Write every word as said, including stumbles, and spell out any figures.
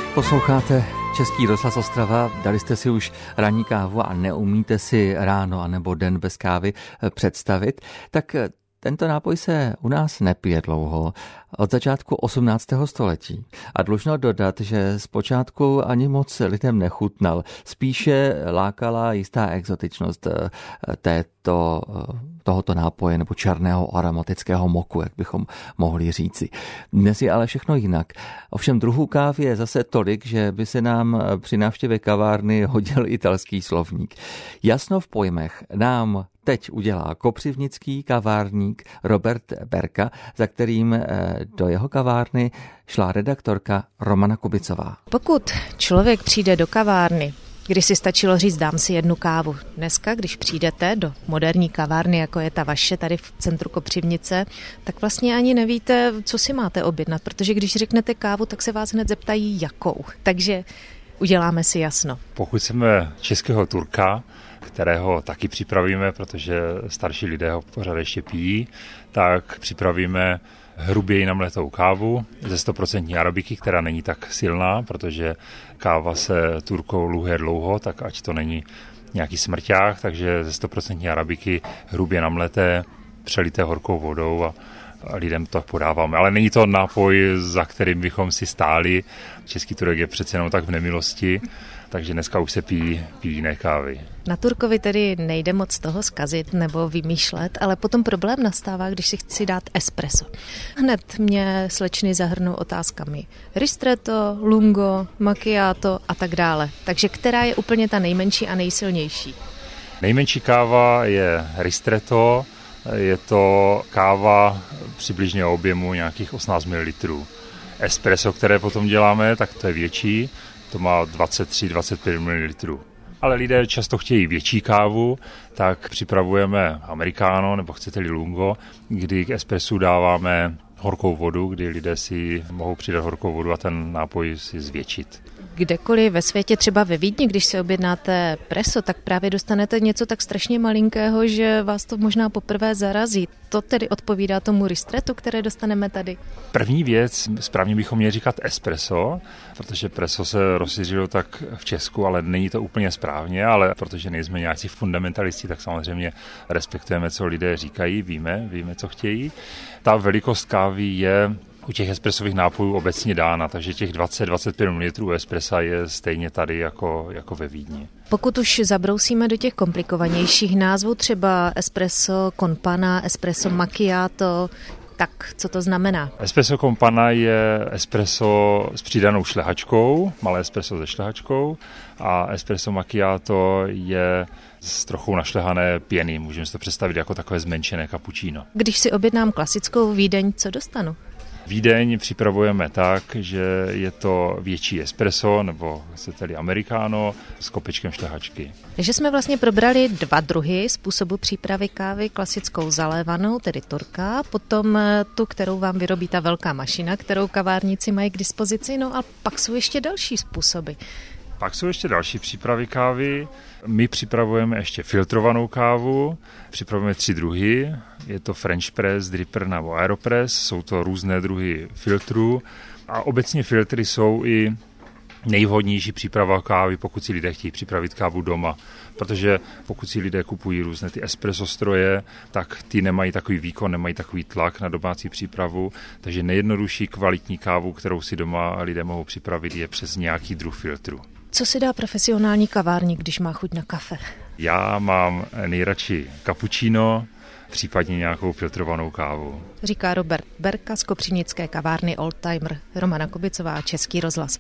Posloucháte Český rozhlas Ostrava, dali jste si už ranní kávu a neumíte si ráno anebo den bez kávy představit, tak tento nápoj se u nás nepije dlouho, od začátku osmnáctého století. A dlužno dodat, že zpočátku ani moc lidem nechutnal. Spíše lákala jistá exotičnost této, tohoto nápoje nebo černého aromatického moku, jak bychom mohli říci. Dnes je ale všechno jinak. Ovšem druhů kávy je zase tolik, že by se nám při návštěvě kavárny hodil italský slovník. Jasno v pojmech nám teď udělá kopřivnický kavárník Robert Berka, za kterým do jeho kavárny šla redaktorka Romana Kubicová. Pokud člověk přijde do kavárny, když si stačilo říct dám si jednu kávu. Dneska, když přijdete do moderní kavárny, jako je ta vaše tady v centru Kopřivnice, tak vlastně ani nevíte, co si máte objednat, protože když řeknete kávu, tak se vás hned zeptají jakou. Takže uděláme si jasno. Pokud jsme českého Turka, kterého taky připravíme, protože starší lidé ho pořád ještě pijí, tak připravíme hruběji namletou kávu ze sto procent arabiky, která není tak silná, protože káva se Turkou luhuje dlouho, tak ať to není nějaký smrťák, takže ze sto procent arabiky hrubě namleté, přelité horkou vodou a a lidem to podáváme. Ale není to nápoj, za kterým bychom si stáli. Český Turek je přece jenom tak v nemilosti, takže dneska už se pijí, pijí jiné kávy. Na Turkovi tedy nejde moc toho zkazit nebo vymýšlet, ale potom problém nastává, když si chci dát espresso. Hned mě slečny zahrnou otázkami ristretto, lungo, macchiato a tak dále. Takže která je úplně ta nejmenší a nejsilnější? Nejmenší káva je ristretto. Je to káva přibližně o objemu nějakých osmnáct mililitrů. Espresso, které potom děláme, tak to je větší, to má dvacet tři až dvacet pět mililitrů. Ale lidé často chtějí větší kávu, tak připravujeme americano nebo chcete-li lungo, kdy k espressu dáváme horkou vodu, kdy lidé si mohou přidat horkou vodu a ten nápoj si zvětšit. Kdekoliv ve světě, třeba ve Vídni, když si objednáte preso, tak právě dostanete něco tak strašně malinkého, že vás to možná poprvé zarazí. To tedy odpovídá tomu ristrettu, které dostaneme tady? První věc, správně bychom měli říkat espresso, protože preso se rozšířilo tak v Česku, ale není to úplně správně, ale protože nejsme nějací fundamentalisti, tak samozřejmě respektujeme, co lidé říkají, víme, víme, co chtějí. Ta velikost kávy je u těch espresových nápojů obecně dána, takže těch dvacet až dvacet pět mililitrů espressa je stejně tady jako, jako ve Vídni. Pokud už zabrousíme do těch komplikovanějších názvů, třeba espresso con panna, espresso macchiato, tak co to znamená? Espresso con panna je espresso s přidanou šlehačkou, malé espresso se šlehačkou, a espresso macchiato je z trochu našlehané pěny. Můžeme si to představit jako takové zmenšené cappuccino. Když si objednám klasickou Vídeň, co dostanu? Vídeň připravujeme tak, že je to větší espresso, nebo chcete-li americano, s kopečkem šlehačky. Takže jsme vlastně probrali dva druhy způsobu přípravy kávy, klasickou zalévanou, tedy Turka, potom tu, kterou vám vyrobí ta velká mašina, kterou kavárníci mají k dispozici, no a pak jsou ještě další způsoby. Pak jsou ještě další přípravy kávy. My připravujeme ještě filtrovanou kávu. Připravujeme tři druhy. Je to French press, dripper nebo aeropress. Jsou to různé druhy filtrů. A obecně filtry jsou i nejvhodnější příprava kávy, pokud si lidé chtějí připravit kávu doma. Protože pokud si lidé kupují různé ty espresso stroje, tak ty nemají takový výkon, nemají takový tlak na domácí přípravu. Takže nejjednodušší kvalitní kávu, kterou si doma lidé mohou připravit, je přes nějaký druh filtru. Co si dá profesionální kavárník, když má chuť na kafe? Já mám nejradši cappuccino, případně nějakou filtrovanou kávu. Říká Robert Berka z kopřivnické kavárny Oldtimer. Romana Kubicová, Český rozhlas.